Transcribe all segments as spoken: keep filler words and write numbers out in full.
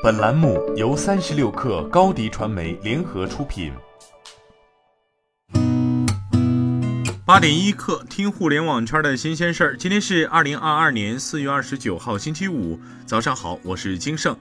本栏目由三十六氪高低传媒联合出品。 八点一刻，听互联网圈的新鲜事儿。今天是二零二二年四月二十九号，星期五，早上好，我是金盛。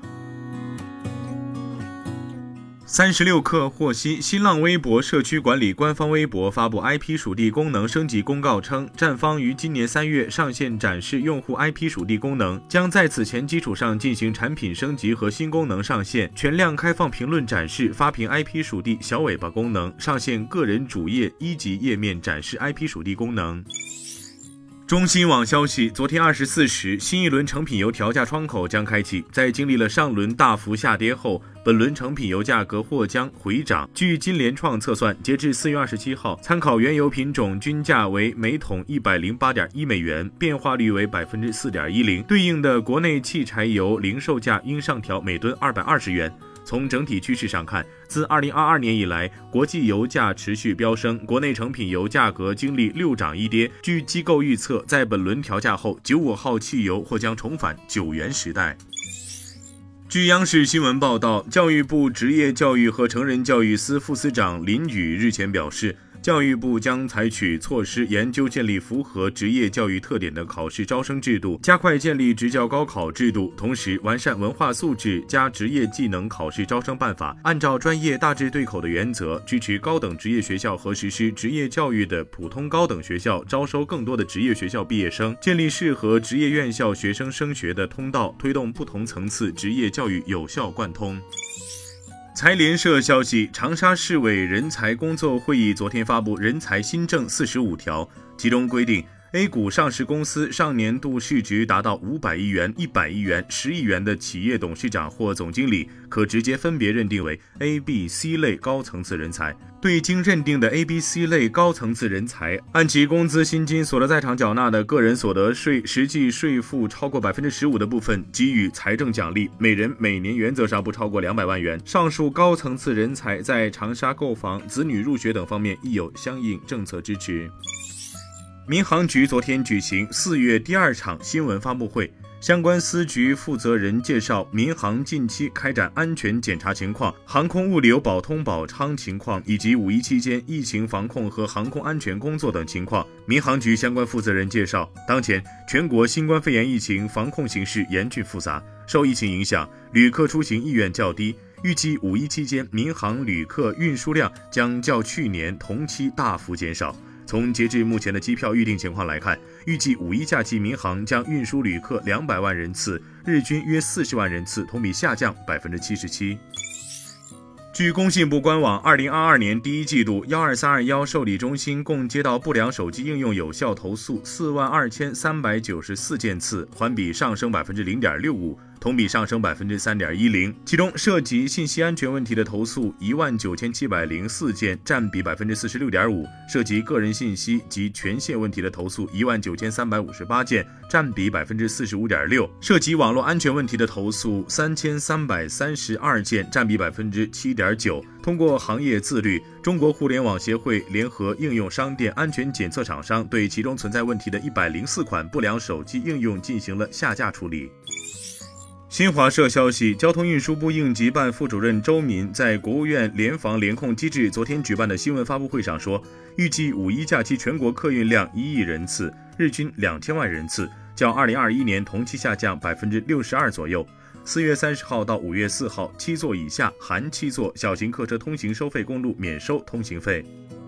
三十六氪获悉，新浪微博社区管理官方微博发布 I P 属地功能升级公告称，站方于今年三月上线展示用户 I P 属地功能，将在此前基础上进行产品升级和新功能上线，全量开放评论展示发屏 I P 属地小尾巴功能，上线个人主页一级页面展示 I P 属地功能。中新网消息，昨天二十四时，新一轮成品油调价窗口将开启。在经历了上轮大幅下跌后，本轮成品油价格或将回涨。据金联创测算，截至四月二十七号，参考原油品种均价为每桶一百零八点一美元，变化率为百分之四点一零，对应的国内汽柴油零售价应上调每吨二百二十元。从整体趋势上看，自二零二二年以来，国际油价持续飙升，国内成品油价格经历六涨一跌。据机构预测，在本轮调价后，九五号汽油或将重返九元时代。据央视新闻报道，教育部职业教育和成人教育司副司长林宇日前表示，教育部将采取措施研究建立符合职业教育特点的考试招生制度，加快建立职教高考制度，同时完善文化素质加职业技能考试招生办法，按照专业大致对口的原则，支持高等职业学校和实施职业教育的普通高等学校招收更多的职业学校毕业生，建立适合职业院校学生升学的通道，推动不同层次职业教育有效贯通。财联社消息，长沙市委人才工作会议昨天发布人才新政四十五条，其中规定 A 股上市公司上年度市值达到五百亿元、一百亿元、十亿元的企业董事长或总经理，可直接分别认定为 A、B、C 类高层次人才。对经认定的 A、B、C 类高层次人才，按其工资、薪金、所得在场缴纳的个人所得税实际税负超过 百分之十五 的部分，给予财政奖励，每人每年原则上不超过两百万元。上述高层次人才在长沙购房、子女入学等方面亦有相应政策支持。民航局昨天举行四月第二场新闻发布会，相关司局负责人介绍民航近期开展安全检查情况、航空物流保通保舱情况以及五一期间疫情防控和航空安全工作等情况。民航局相关负责人介绍，当前全国新冠肺炎疫情防控形势严峻复杂，受疫情影响，旅客出行意愿较低，预计五一期间民航旅客运输量将较去年同期大幅减少。从截至目前的机票预订情况来看，预计五一假期民航将运输旅客两百万人次，日均约四十万人次，同比下降 百分之七十七。据工信部官网，二零二二年第一季度一二三二一受理中心共接到不良手机应用有效投诉四万二千三百九十四件次，环比上升 百分之零点六五，同比上升 百分之三点一零，其中涉及信息安全问题的投诉一万九千七百零四件，占比 百分之四十六点五，涉及个人信息及权限问题的投诉一万九千三百五十八件，占比 百分之四十五点六，涉及网络安全问题的投诉三千三百三十二件，占比 百分之七点九。通过行业自律，中国互联网协会联合应用商店安全检测厂商，对其中存在问题的一百零四款不良手机应用进行了下架处理。新华社消息，交通运输部应急办副主任周民在国务院联防联控机制昨天举办的新闻发布会上说，预计五一假期全国客运量一亿人次，日均两千万人次，较二零二一年同期下降 百分之六十二 左右。四月三十号到五月四号，七座以下含七座小型客车通行收费公路免收通行费。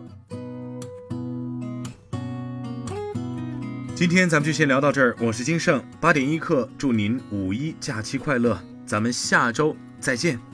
今天咱们就先聊到这儿，我是金盛，八点一刻，祝您五一假期快乐，咱们下周再见。